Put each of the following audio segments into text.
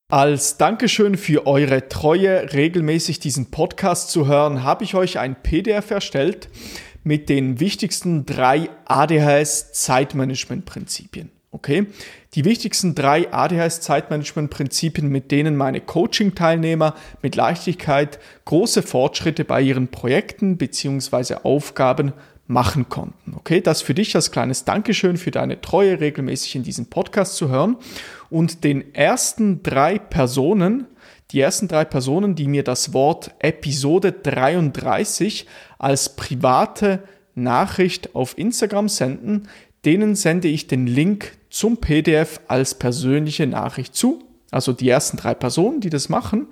Als Dankeschön für eure Treue, regelmäßig diesen Podcast zu hören, habe ich euch ein PDF erstellt mit den wichtigsten 3 ADHS-Zeitmanagement-Prinzipien. Okay? Die wichtigsten 3 ADHS-Zeitmanagement-Prinzipien, mit denen meine Coaching-Teilnehmer mit Leichtigkeit große Fortschritte bei ihren Projekten bzw. Aufgaben machen konnten. Okay, das für dich als kleines Dankeschön für deine Treue, regelmäßig in diesen Podcast zu hören. Und die ersten 3 Personen, die mir das Wort Episode 33 als private Nachricht auf Instagram senden, denen sende ich den Link zum PDF als persönliche Nachricht zu. Also die ersten 3 Personen, die das machen.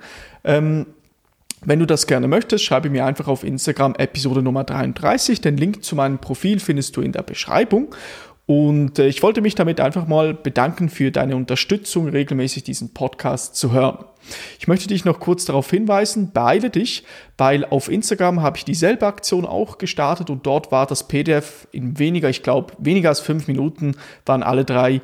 Wenn du das gerne möchtest, schreibe mir einfach auf Instagram Episode Nummer 33. Den Link zu meinem Profil findest du in der Beschreibung. Und ich wollte mich damit einfach mal bedanken für deine Unterstützung, regelmäßig diesen Podcast zu hören. Ich möchte dich noch kurz darauf hinweisen, beeile dich, weil auf Instagram habe ich dieselbe Aktion auch gestartet und dort war das PDF in weniger als 5 Minuten waren alle 3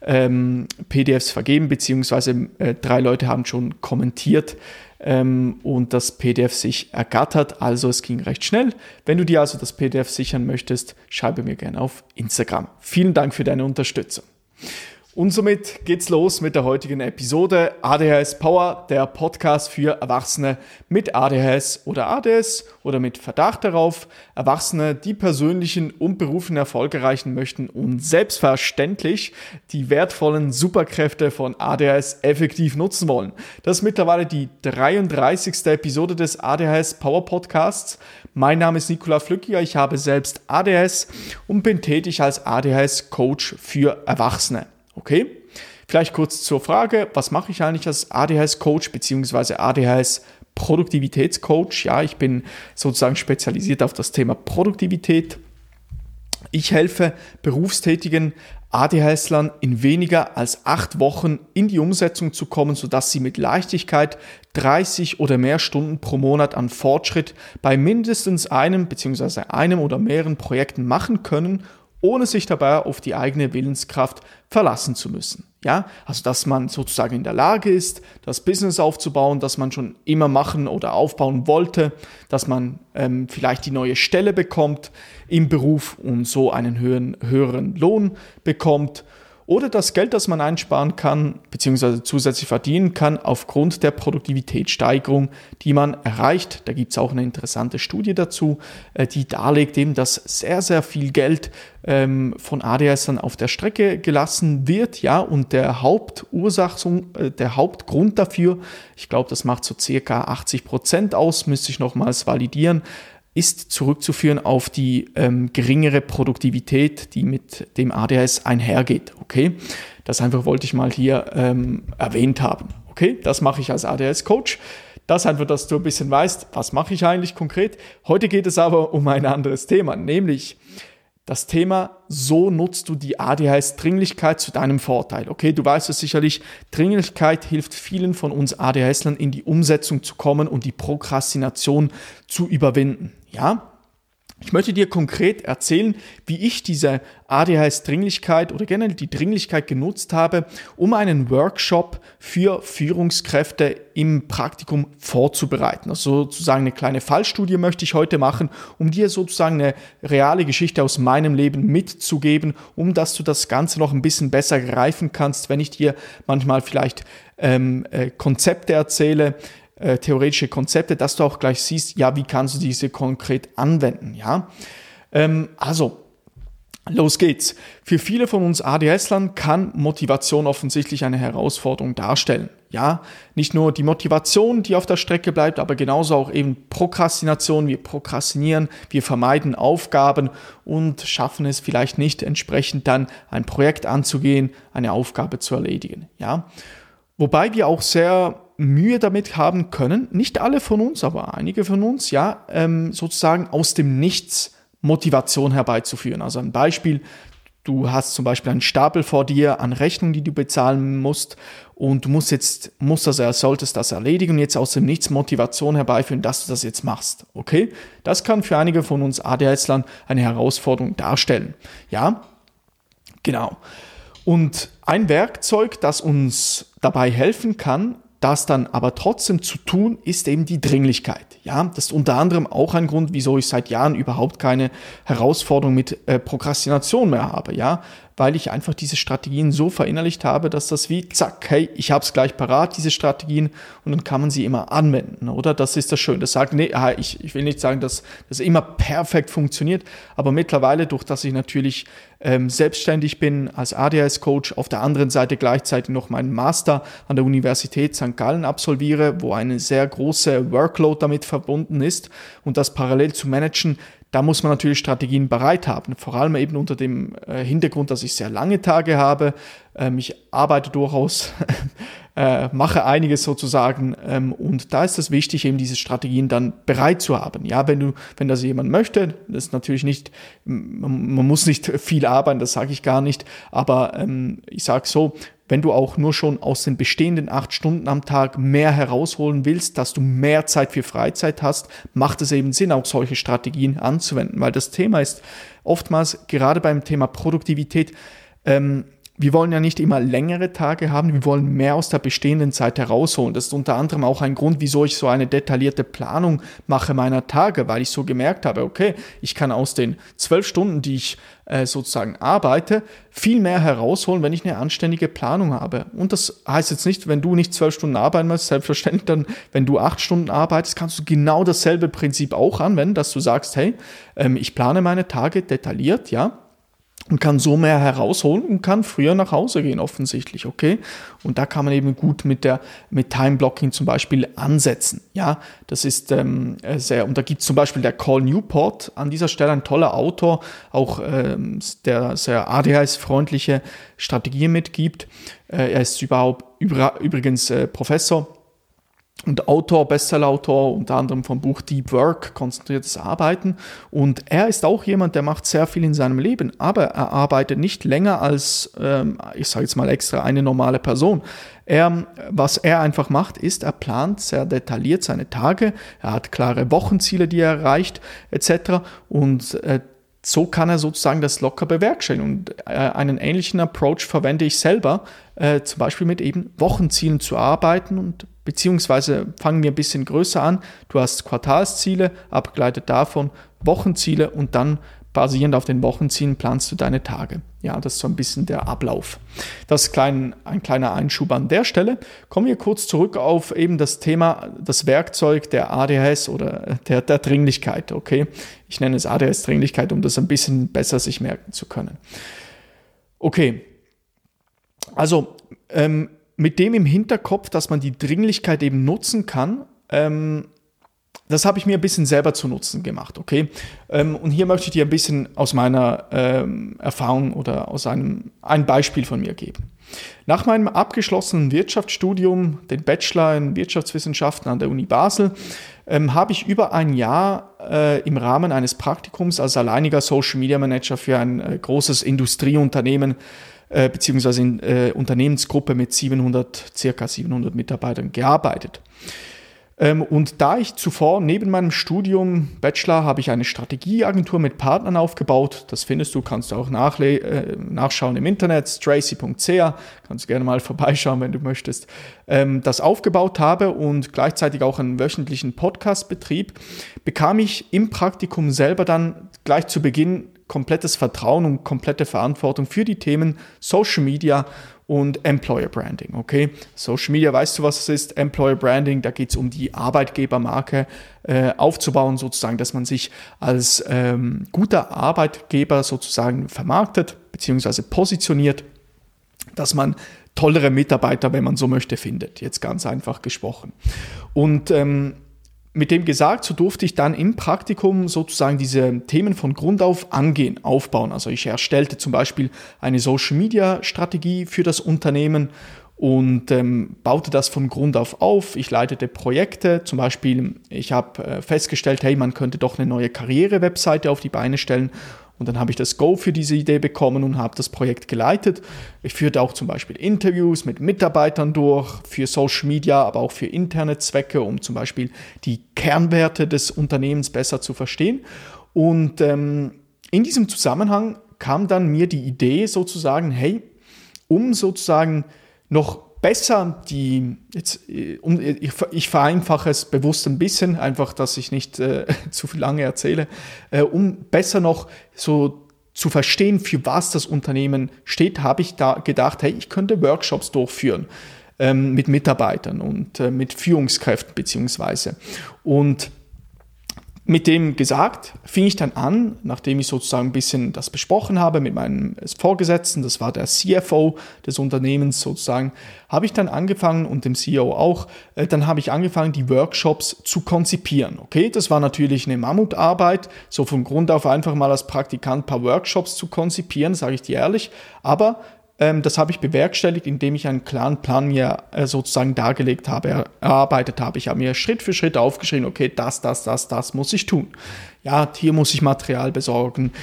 PDFs vergeben, beziehungsweise 3 Leute haben schon kommentiert und das PDF sich ergattert, also es ging recht schnell. Wenn du dir also das PDF sichern möchtest, schreibe mir gerne auf Instagram. Vielen Dank für deine Unterstützung. Und somit geht's los mit der heutigen Episode ADHS Power, der Podcast für Erwachsene mit ADHS oder ADS oder mit Verdacht darauf. Erwachsene, die persönlichen und beruflichen Erfolg erreichen möchten und selbstverständlich die wertvollen Superkräfte von ADHS effektiv nutzen wollen. Das ist mittlerweile die 33. Episode des ADHS Power Podcasts. Mein Name ist Nicola Flückiger, ich habe selbst ADHS und bin tätig als ADHS Coach für Erwachsene. Okay, vielleicht kurz zur Frage, was mache ich eigentlich als ADHS-Coach bzw. ADHS-Produktivitätscoach? Ja, ich bin sozusagen spezialisiert auf das Thema Produktivität. Ich helfe berufstätigen ADHSlern in weniger als 8 Wochen in die Umsetzung zu kommen, sodass sie mit Leichtigkeit 30 oder mehr Stunden pro Monat an Fortschritt bei mindestens einem bzw. einem oder mehreren Projekten machen können, ohne sich dabei auf die eigene Willenskraft verlassen zu müssen. Ja, also dass man sozusagen in der Lage ist, das Business aufzubauen, das man schon immer machen oder aufbauen wollte, dass man vielleicht die neue Stelle bekommt im Beruf und so einen höheren Lohn bekommt oder das Geld, das man einsparen kann bzw. zusätzlich verdienen kann aufgrund der Produktivitätssteigerung, die man erreicht. Da gibt es auch eine interessante Studie dazu, die darlegt eben, dass sehr, sehr viel Geld von ADHS dann auf der Strecke gelassen wird, ja, und der Hauptgrund dafür, ich glaube, das macht so circa 80% aus, müsste ich nochmals validieren, ist zurückzuführen auf die geringere Produktivität, die mit dem ADHS einhergeht. Okay, das einfach wollte ich mal hier erwähnt haben. Okay, das mache ich als ADHS-Coach. Das einfach, dass du ein bisschen weißt, was mache ich eigentlich konkret. Heute geht es aber um ein anderes Thema, nämlich das Thema, so nutzt du die ADHS-Dringlichkeit zu deinem Vorteil. Okay, du weißt es sicherlich, Dringlichkeit hilft vielen von uns ADHSlern in die Umsetzung zu kommen und die Prokrastination zu überwinden. Ja? Ich möchte dir konkret erzählen, wie ich diese ADHS-Dringlichkeit oder generell die Dringlichkeit genutzt habe, um einen Workshop für Führungskräfte im Praktikum vorzubereiten. Also sozusagen eine kleine Fallstudie möchte ich heute machen, um dir sozusagen eine reale Geschichte aus meinem Leben mitzugeben, um dass du das Ganze noch ein bisschen besser greifen kannst, wenn ich dir manchmal vielleicht Konzepte erzähle, theoretische Konzepte, dass du auch gleich siehst, ja, wie kannst du diese konkret anwenden, ja. Also, los geht's. Für viele von uns ADHSlern kann Motivation offensichtlich eine Herausforderung darstellen. Ja, nicht nur die Motivation, die auf der Strecke bleibt, aber genauso auch eben Prokrastination. Wir prokrastinieren, wir vermeiden Aufgaben und schaffen es vielleicht nicht, entsprechend dann ein Projekt anzugehen, eine Aufgabe zu erledigen. Ja, wobei wir auch sehr Mühe damit haben können, nicht alle von uns, aber einige von uns, ja, sozusagen aus dem Nichts Motivation herbeizuführen. Also ein Beispiel, du hast zum Beispiel einen Stapel vor dir an Rechnungen, die du bezahlen musst und du solltest das erledigen und jetzt aus dem Nichts Motivation herbeiführen, dass du das jetzt machst. Okay? Das kann für einige von uns ADHSlern eine Herausforderung darstellen. Ja, genau. Und ein Werkzeug, das uns dabei helfen kann, das dann aber trotzdem zu tun, ist eben die Dringlichkeit. Ja, das ist unter anderem auch ein Grund, wieso ich seit Jahren überhaupt keine Herausforderung mit Prokrastination mehr habe. Ja, weil ich einfach diese Strategien so verinnerlicht habe, dass das wie, zack, hey, ich habe es gleich parat, diese Strategien, und dann kann man sie immer anwenden, oder? Das ist das Schöne. Das sagt, nee, ich will nicht sagen, dass das immer perfekt funktioniert, aber mittlerweile, durch dass ich natürlich selbstständig bin als ADHS-Coach, auf der anderen Seite gleichzeitig noch meinen Master an der Universität St. Gallen absolviere, wo eine sehr große Workload damit verbunden ist, und das parallel zu managen, da muss man natürlich Strategien bereit haben, vor allem eben unter dem Hintergrund, dass ich sehr lange Tage habe. Ich arbeite durchaus, mache einiges sozusagen, und da ist es wichtig, eben diese Strategien dann bereit zu haben. Ja, wenn das jemand möchte, das ist natürlich nicht, man muss nicht viel arbeiten, das sage ich gar nicht, aber ich sage so, wenn du auch nur schon aus den bestehenden 8 Stunden am Tag mehr herausholen willst, dass du mehr Zeit für Freizeit hast, macht es eben Sinn, auch solche Strategien anzuwenden. Weil das Thema ist oftmals, gerade beim Thema Produktivität, wir wollen ja nicht immer längere Tage haben, wir wollen mehr aus der bestehenden Zeit herausholen. Das ist unter anderem auch ein Grund, wieso ich so eine detaillierte Planung mache meiner Tage, weil ich so gemerkt habe, okay, ich kann aus den 12 Stunden, die ich sozusagen arbeite, viel mehr herausholen, wenn ich eine anständige Planung habe. Und das heißt jetzt nicht, wenn du nicht 12 Stunden arbeiten musst, selbstverständlich dann, wenn du 8 Stunden arbeitest, kannst du genau dasselbe Prinzip auch anwenden, dass du sagst, hey, ich plane meine Tage detailliert, ja, und kann so mehr herausholen und kann früher nach Hause gehen, offensichtlich, okay? Und da kann man eben gut mit Time-Blocking zum Beispiel ansetzen, ja? Das ist sehr, und da gibt es zum Beispiel der Cal Newport, an dieser Stelle ein toller Autor, auch der sehr ADHS-freundliche Strategien mitgibt. Er ist übrigens Professor und Autor, Bestsellerautor, unter anderem vom Buch Deep Work, konzentriertes Arbeiten. Und er ist auch jemand, der macht sehr viel in seinem Leben, aber er arbeitet nicht länger als, ich sage jetzt mal extra, eine normale Person. Was er einfach macht, ist, er plant sehr detailliert seine Tage, er hat klare Wochenziele, die er erreicht, etc. Und so kann er sozusagen das locker bewerkstelligen. Und einen ähnlichen Approach verwende ich selber, zum Beispiel mit eben Wochenzielen zu arbeiten, und beziehungsweise fangen wir ein bisschen größer an. Du hast Quartalsziele, abgeleitet davon Wochenziele, und dann basierend auf den Wochenzielen planst du deine Tage. Ja, das ist so ein bisschen der Ablauf. Das ist ein kleiner Einschub an der Stelle. Kommen wir kurz zurück auf eben das Thema, das Werkzeug der ADHS oder der Dringlichkeit. Okay, ich nenne es ADHS-Dringlichkeit, um das ein bisschen besser sich merken zu können. Okay, also mit dem im Hinterkopf, dass man die Dringlichkeit eben nutzen kann, das habe ich mir ein bisschen selber zu Nutzen gemacht, okay? Und hier möchte ich dir ein bisschen aus meiner Erfahrung oder aus ein Beispiel von mir geben. Nach meinem abgeschlossenen Wirtschaftsstudium, den Bachelor in Wirtschaftswissenschaften an der Uni Basel, habe ich über ein Jahr im Rahmen eines Praktikums als alleiniger Social Media Manager für ein großes Industrieunternehmen beziehungsweise Unternehmensgruppe mit circa 700 Mitarbeitern gearbeitet. Und da ich zuvor neben meinem Studium Bachelor habe ich eine Strategieagentur mit Partnern aufgebaut. Das findest du, kannst du auch nachschauen im Internet, stracy.ca, kannst du gerne mal vorbeischauen, wenn du möchtest. Das aufgebaut habe und gleichzeitig auch einen wöchentlichen Podcast betrieb, bekam ich im Praktikum selber dann gleich zu Beginn komplettes Vertrauen und komplette Verantwortung für die Themen Social Media und Employer Branding, okay? Social Media, weißt du, was es ist? Employer Branding, da geht es um die Arbeitgebermarke aufzubauen, sozusagen, dass man sich als guter Arbeitgeber sozusagen vermarktet bzw. positioniert, dass man tollere Mitarbeiter, wenn man so möchte, findet. Jetzt ganz einfach gesprochen. Und mit dem gesagt, so durfte ich dann im Praktikum sozusagen diese Themen von Grund auf aufbauen. Also ich erstellte zum Beispiel eine Social-Media-Strategie für das Unternehmen und baute das von Grund auf. Ich leitete Projekte, zum Beispiel, ich habe festgestellt, hey, man könnte doch eine neue Karriere-Webseite auf die Beine stellen. Und dann habe ich das Go für diese Idee bekommen und habe das Projekt geleitet. Ich führte auch zum Beispiel Interviews mit Mitarbeitern durch, für Social Media, aber auch für interne Zwecke, um zum Beispiel die Kernwerte des Unternehmens besser zu verstehen. Und in diesem Zusammenhang kam dann mir die Idee sozusagen, hey, um sozusagen noch besser ich vereinfache es bewusst ein bisschen, einfach, dass ich nicht zu viel lange erzähle, um besser noch so zu verstehen, für was das Unternehmen steht, habe ich da gedacht, hey, ich könnte Workshops durchführen mit Mitarbeitern und mit Führungskräften beziehungsweise. Und mit dem gesagt, fing ich dann an, nachdem ich sozusagen ein bisschen das besprochen habe mit meinem Vorgesetzten, das war der CFO des Unternehmens sozusagen, habe ich dann angefangen und dem CEO auch, dann habe ich angefangen, die Workshops zu konzipieren. Okay, das war natürlich eine Mammutarbeit, so von Grund auf einfach mal als Praktikant ein paar Workshops zu konzipieren, sage ich dir ehrlich, aber das habe ich bewerkstelligt, indem ich einen klaren Plan mir sozusagen dargelegt habe, erarbeitet habe. Ich habe mir Schritt für Schritt aufgeschrieben, okay, das muss ich tun. Ja, hier muss ich Material besorgen.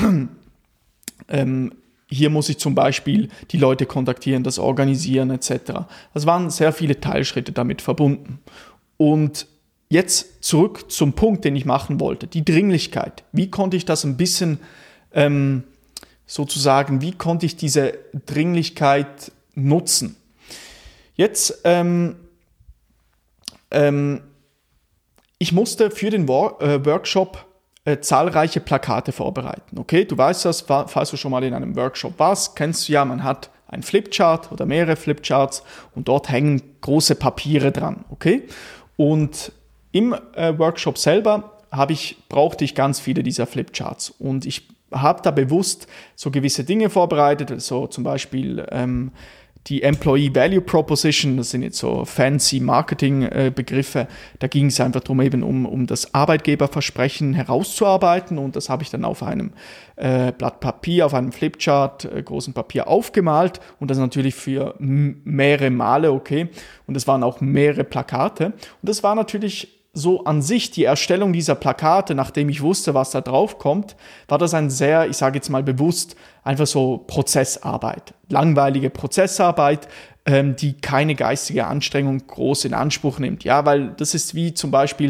Hier muss ich zum Beispiel die Leute kontaktieren, das organisieren etc. Es waren sehr viele Teilschritte damit verbunden. Und jetzt zurück zum Punkt, den ich machen wollte, die Dringlichkeit. Wie konnte ich das ein bisschen sozusagen, wie konnte ich diese Dringlichkeit nutzen? Jetzt, ich musste für den Workshop zahlreiche Plakate vorbereiten. Okay, du weißt das, falls du schon mal in einem Workshop warst, kennst du ja, man hat einen Flipchart oder mehrere Flipcharts und dort hängen große Papiere dran. Okay, und im Workshop selber brauchte ich ganz viele dieser Flipcharts und ich habe da bewusst so gewisse Dinge vorbereitet, so zum Beispiel die Employee Value Proposition, das sind jetzt so fancy Marketing-Begriffe, da ging es einfach darum, eben um das Arbeitgeberversprechen herauszuarbeiten und das habe ich dann auf einem Blatt Papier, auf einem Flipchart, großen Papier aufgemalt und das natürlich für mehrere Male, okay, und es waren auch mehrere Plakate und das war natürlich so an sich die Erstellung dieser Plakate, nachdem ich wusste, was da drauf kommt, war das ein sehr, ich sage jetzt mal bewusst, einfach so Prozessarbeit. Langweilige Prozessarbeit, die keine geistige Anstrengung groß in Anspruch nimmt. Ja, weil das ist wie zum Beispiel,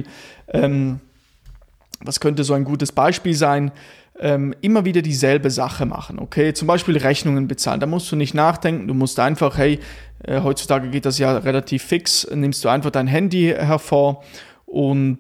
was könnte so ein gutes Beispiel sein, immer wieder dieselbe Sache machen, okay? Zum Beispiel Rechnungen bezahlen, da musst du nicht nachdenken, du musst einfach, hey, heutzutage geht das ja relativ fix, nimmst du einfach dein Handy hervor und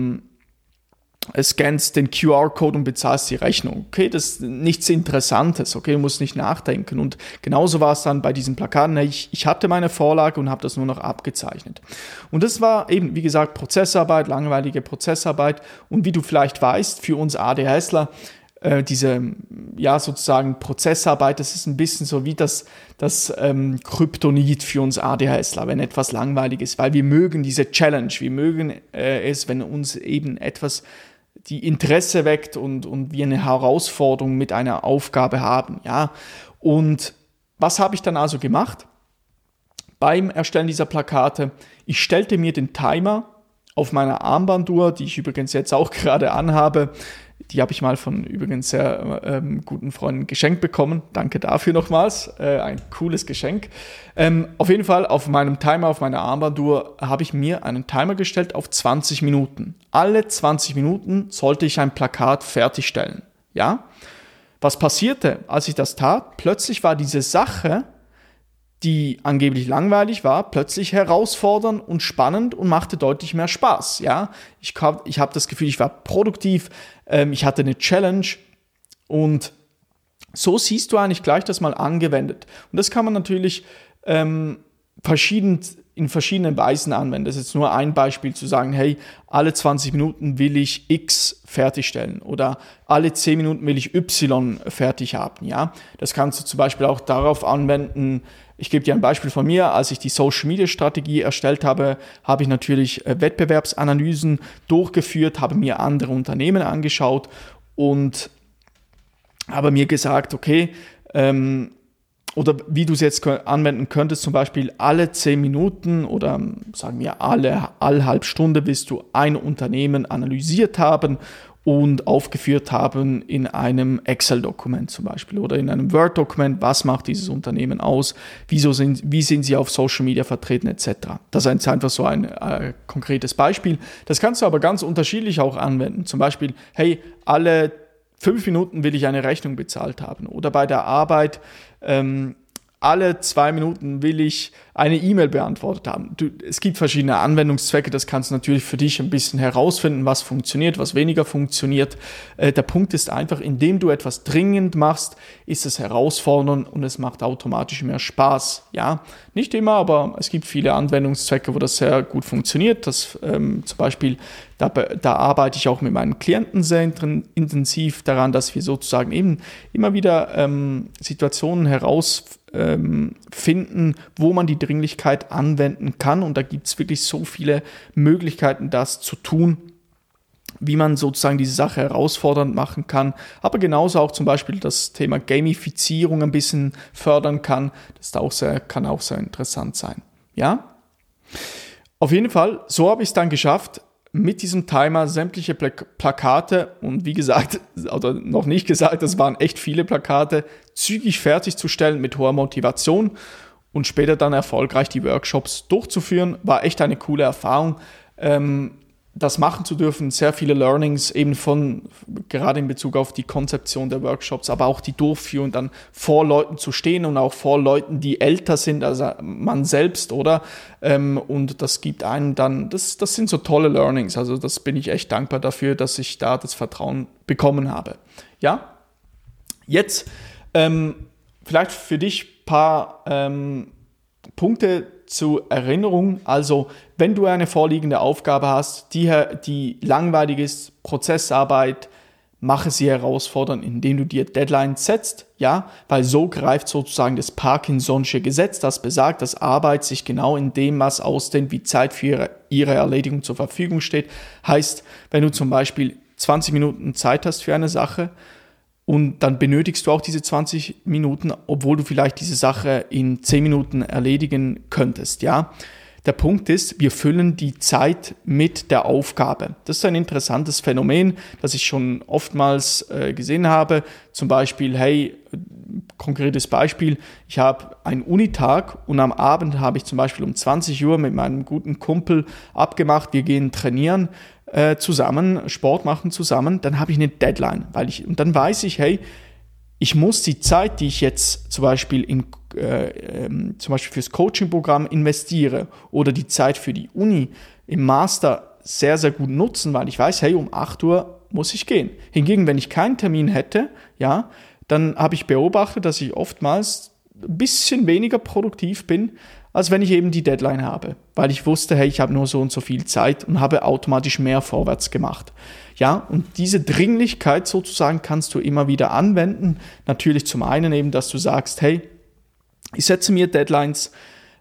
scannst den QR-Code und bezahlst die Rechnung. Okay, das ist nichts Interessantes, okay, du musst nicht nachdenken. Und genauso war es dann bei diesen Plakaten. Ich hatte meine Vorlage und habe das nur noch abgezeichnet. Und das war eben, wie gesagt, Prozessarbeit, langweilige Prozessarbeit. Und wie du vielleicht weißt, für uns ADHSler, diese, ja, sozusagen Prozessarbeit, das ist ein bisschen so wie das Kryptonit für uns ADHSler, wenn etwas langweilig ist, weil wir mögen diese Challenge, wir mögen es, wenn uns eben etwas die Interesse weckt und wir eine Herausforderung mit einer Aufgabe haben, ja. Und was habe ich dann also gemacht? Beim Erstellen dieser Plakate, ich stellte mir den Timer auf meiner Armbanduhr, die ich übrigens jetzt auch gerade anhabe. Die habe ich mal von übrigens sehr guten Freunden geschenkt bekommen. Danke dafür nochmals. Ein cooles Geschenk. Auf jeden Fall auf meinem Timer, auf meiner Armbanduhr, habe ich mir einen Timer gestellt auf 20 Minuten. Alle 20 Minuten sollte ich ein Plakat fertigstellen. Ja? Was passierte, als ich das tat? Plötzlich war diese Sache, die angeblich langweilig war, plötzlich herausfordernd und spannend und machte deutlich mehr Spaß. Ja? Ich habe das Gefühl, ich war produktiv, ich hatte eine Challenge und so siehst du eigentlich gleich das mal angewendet. Und das kann man natürlich in verschiedenen Weisen anwenden. Das ist jetzt nur ein Beispiel zu sagen, hey, alle 20 Minuten will ich X fertigstellen oder alle 10 Minuten will ich Y fertig haben. Ja? Das kannst du zum Beispiel auch darauf anwenden. Ich gebe dir ein Beispiel von mir. Als ich die Social-Media-Strategie erstellt habe, habe ich natürlich Wettbewerbsanalysen durchgeführt, habe mir andere Unternehmen angeschaut und habe mir gesagt, okay, oder wie du es jetzt anwenden könntest, zum Beispiel alle 10 Minuten oder sagen wir alle halbe Stunde willst du ein Unternehmen analysiert haben und aufgeführt haben in einem Excel-Dokument zum Beispiel oder in einem Word-Dokument, was macht dieses Unternehmen aus, wie sind sie auf Social Media vertreten etc. Das ist einfach so ein konkretes Beispiel. Das kannst du aber ganz unterschiedlich auch anwenden. Zum Beispiel, hey, alle 5 Minuten will ich eine Rechnung bezahlt haben oder bei der Arbeit alle 2 Minuten will ich eine E-Mail beantwortet haben. Es gibt verschiedene Anwendungszwecke, das kannst du natürlich für dich ein bisschen herausfinden, was funktioniert, was weniger funktioniert. Der Punkt ist einfach, indem du etwas dringend machst, ist es herausfordernd und es macht automatisch mehr Spaß. Ja, nicht immer, aber es gibt viele Anwendungszwecke, wo das sehr gut funktioniert. Das zum Beispiel, da arbeite ich auch mit meinen Klienten sehr intensiv daran, dass wir sozusagen eben immer wieder Situationen herausfinden, wo man die Dringlichkeit anwenden kann. Und da gibt es wirklich so viele Möglichkeiten, das zu tun, wie man sozusagen diese Sache herausfordernd machen kann. Aber genauso auch zum Beispiel das Thema Gamifizierung ein bisschen fördern kann. Das kann auch sehr interessant sein. Ja? Auf jeden Fall, so habe ich es dann geschafft, mit diesem Timer sämtliche Plakate und wie gesagt, oder noch nicht gesagt, das waren echt viele Plakate, zügig fertigzustellen mit hoher Motivation und später dann erfolgreich die Workshops durchzuführen. War echt eine coole Erfahrung, das machen zu dürfen, sehr viele Learnings eben gerade in Bezug auf die Konzeption der Workshops, aber auch die Durchführung, dann vor Leuten zu stehen und auch vor Leuten, die älter sind als man selbst, oder? Und das gibt einem dann, das sind so tolle Learnings, also das bin ich echt dankbar dafür, dass ich da das Vertrauen bekommen habe. Ja, jetzt vielleicht für dich ein paar Punkte zur Erinnerung. Also wenn du eine vorliegende Aufgabe hast, die langweilig ist, Prozessarbeit, mache sie herausfordernd, indem du dir Deadlines setzt, ja, weil so greift sozusagen das Parkinson'sche Gesetz, das besagt, dass Arbeit sich genau in dem Maß ausdehnt, wie Zeit für ihre Erledigung zur Verfügung steht. Heißt, wenn du zum Beispiel 20 Minuten Zeit hast für eine Sache, und dann benötigst du auch diese 20 Minuten, obwohl du vielleicht diese Sache in 10 Minuten erledigen könntest. Ja? Der Punkt ist, wir füllen die Zeit mit der Aufgabe. Das ist ein interessantes Phänomen, das ich schon oftmals gesehen habe. Zum Beispiel, konkretes Beispiel, ich habe einen Unitag und am Abend habe ich zum Beispiel um 20 Uhr mit meinem guten Kumpel abgemacht, wir gehen trainieren zusammen, Sport machen zusammen, dann habe ich eine Deadline, und dann weiß ich, ich muss die Zeit, die ich jetzt zum Beispiel fürs Coaching-Programm investiere oder die Zeit für die Uni im Master sehr, sehr gut nutzen, weil ich weiß, um 8 Uhr muss ich gehen. Hingegen, wenn ich keinen Termin hätte, ja, dann habe ich beobachtet, dass ich oftmals ein bisschen weniger produktiv bin, als wenn ich eben die Deadline habe, weil ich wusste, ich habe nur so und so viel Zeit und habe automatisch mehr vorwärts gemacht. Ja, und diese Dringlichkeit sozusagen kannst du immer wieder anwenden. Natürlich zum einen eben, dass du sagst, ich setze mir Deadlines.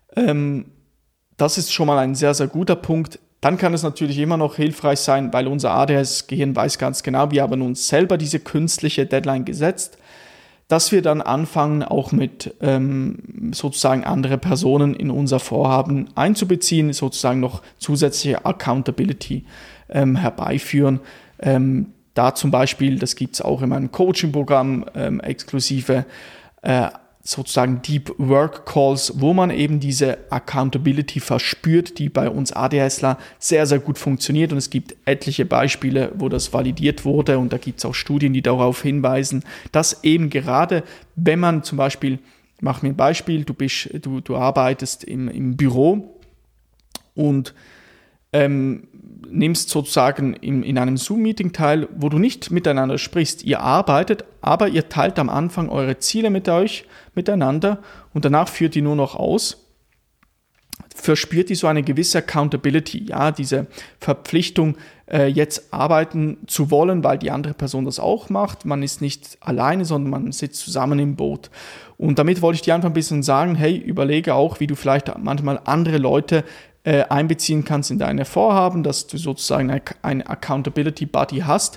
Das ist schon mal ein sehr, sehr guter Punkt. Dann kann es natürlich immer noch hilfreich sein, weil unser ADHS-Gehirn weiß ganz genau, wir haben uns selber diese künstliche Deadline gesetzt, dass wir dann anfangen, auch mit sozusagen andere Personen in unser Vorhaben einzubeziehen, sozusagen noch zusätzliche Accountability herbeiführen. Da zum Beispiel, das gibt es auch in meinem Coaching-Programm, exklusive sozusagen Deep Work Calls, wo man eben diese Accountability verspürt, die bei uns ADHSler sehr, sehr gut funktioniert. Und es gibt etliche Beispiele, wo das validiert wurde. Und da gibt es auch Studien, die darauf hinweisen, dass eben gerade, wenn man zum Beispiel, mach mir ein Beispiel, du arbeitest im Büro und nimmst sozusagen in einem Zoom-Meeting teil, wo du nicht miteinander sprichst. Ihr arbeitet, aber ihr teilt am Anfang eure Ziele miteinander und danach führt ihr nur noch aus. Verspürt ihr so eine gewisse Accountability, ja, diese Verpflichtung, jetzt arbeiten zu wollen, weil die andere Person das auch macht. Man ist nicht alleine, sondern man sitzt zusammen im Boot. Und damit wollte ich dir einfach ein bisschen sagen, überlege auch, wie du vielleicht manchmal andere Leute einbeziehen kannst in deine Vorhaben, dass du sozusagen ein Accountability Buddy hast.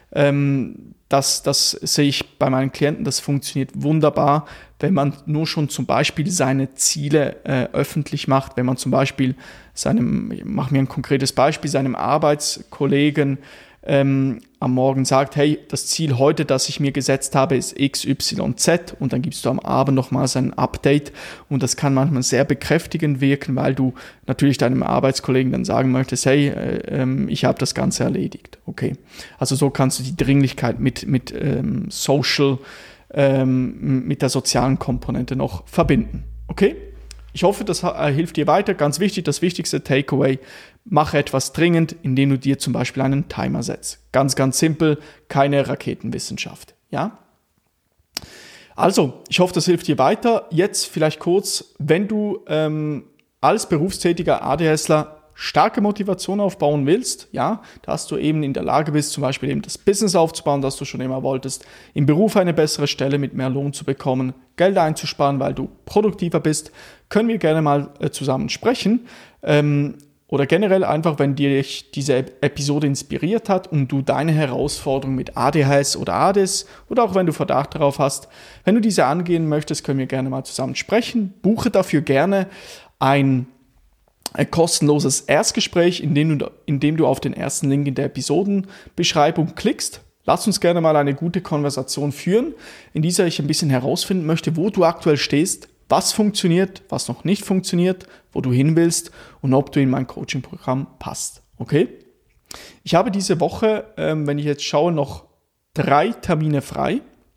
Das sehe ich bei meinen Klienten, das funktioniert wunderbar, wenn man nur schon zum Beispiel seine Ziele öffentlich macht, wenn man zum Beispiel mach mir ein konkretes Beispiel, seinem Arbeitskollegen am Morgen sagt, das Ziel heute, das ich mir gesetzt habe, ist XYZ und dann gibst du am Abend nochmals ein Update und das kann manchmal sehr bekräftigend wirken, weil du natürlich deinem Arbeitskollegen dann sagen möchtest, ich habe das Ganze erledigt. Okay, also so kannst du die Dringlichkeit mit Social mit der sozialen Komponente noch verbinden. Okay? Ich hoffe, das hilft dir weiter. Ganz wichtig, das wichtigste Takeaway: Mache etwas dringend, indem du dir zum Beispiel einen Timer setzt. Ganz, ganz simpel, keine Raketenwissenschaft. Ja? Also, ich hoffe, das hilft dir weiter. Jetzt vielleicht kurz, wenn du als berufstätiger ADHSler starke Motivation aufbauen willst, ja, dass du eben in der Lage bist, zum Beispiel eben das Business aufzubauen, das du schon immer wolltest, im Beruf eine bessere Stelle mit mehr Lohn zu bekommen, Geld einzusparen, weil du produktiver bist, können wir gerne mal zusammen sprechen. Oder generell einfach, wenn dich diese Episode inspiriert hat und du deine Herausforderung mit ADHS oder ADS oder auch wenn du Verdacht darauf hast, wenn du diese angehen möchtest, können wir gerne mal zusammen sprechen. Buche dafür gerne ein kostenloses Erstgespräch, indem du auf den ersten Link in der Episodenbeschreibung klickst. Lass uns gerne mal eine gute Konversation führen, in dieser ich ein bisschen herausfinden möchte, wo du aktuell stehst, was funktioniert, was noch nicht funktioniert, wo du hin willst und ob du in mein Coaching-Programm passt. Okay? Ich habe diese Woche, wenn ich jetzt schaue, noch 3 Termine frei.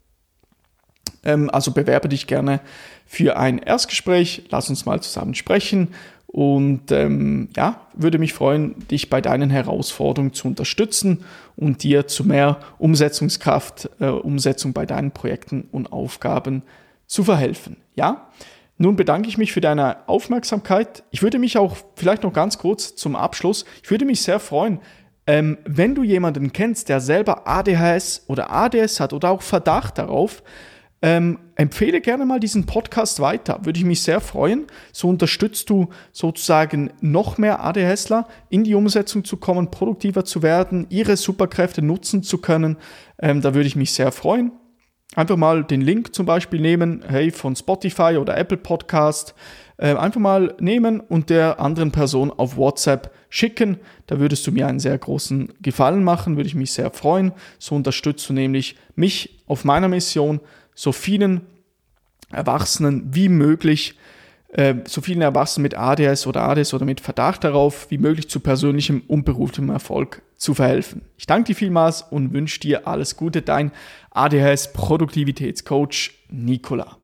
Also bewerbe dich gerne für ein Erstgespräch. Lass uns mal zusammen sprechen. Und würde mich freuen, dich bei deinen Herausforderungen zu unterstützen und dir zu mehr Umsetzungskraft, Umsetzung bei deinen Projekten und Aufgaben zu verhelfen. Ja? Nun bedanke ich mich für deine Aufmerksamkeit. Ich würde mich auch vielleicht noch ganz kurz zum Abschluss, ich würde mich sehr freuen, wenn du jemanden kennst, der selber ADHS oder ADS hat oder auch Verdacht darauf, empfehle gerne mal diesen Podcast weiter, würde ich mich sehr freuen. So unterstützt du sozusagen noch mehr ADHSler in die Umsetzung zu kommen, produktiver zu werden, ihre Superkräfte nutzen zu können. Da würde ich mich sehr freuen. Einfach mal den Link zum Beispiel nehmen, von Spotify oder Apple Podcast, einfach mal nehmen und der anderen Person auf WhatsApp schicken. Da würdest du mir einen sehr großen Gefallen machen, würde ich mich sehr freuen. So unterstützt du nämlich mich auf meiner Mission, so vielen Erwachsenen wie möglich, so vielen Erwachsenen mit ADS oder ADS oder mit Verdacht darauf, wie möglich zu persönlichem und beruflichem Erfolg zu verhelfen. Ich danke dir vielmals und wünsche dir alles Gute, dein ADHS-Produktivitätscoach Nicola.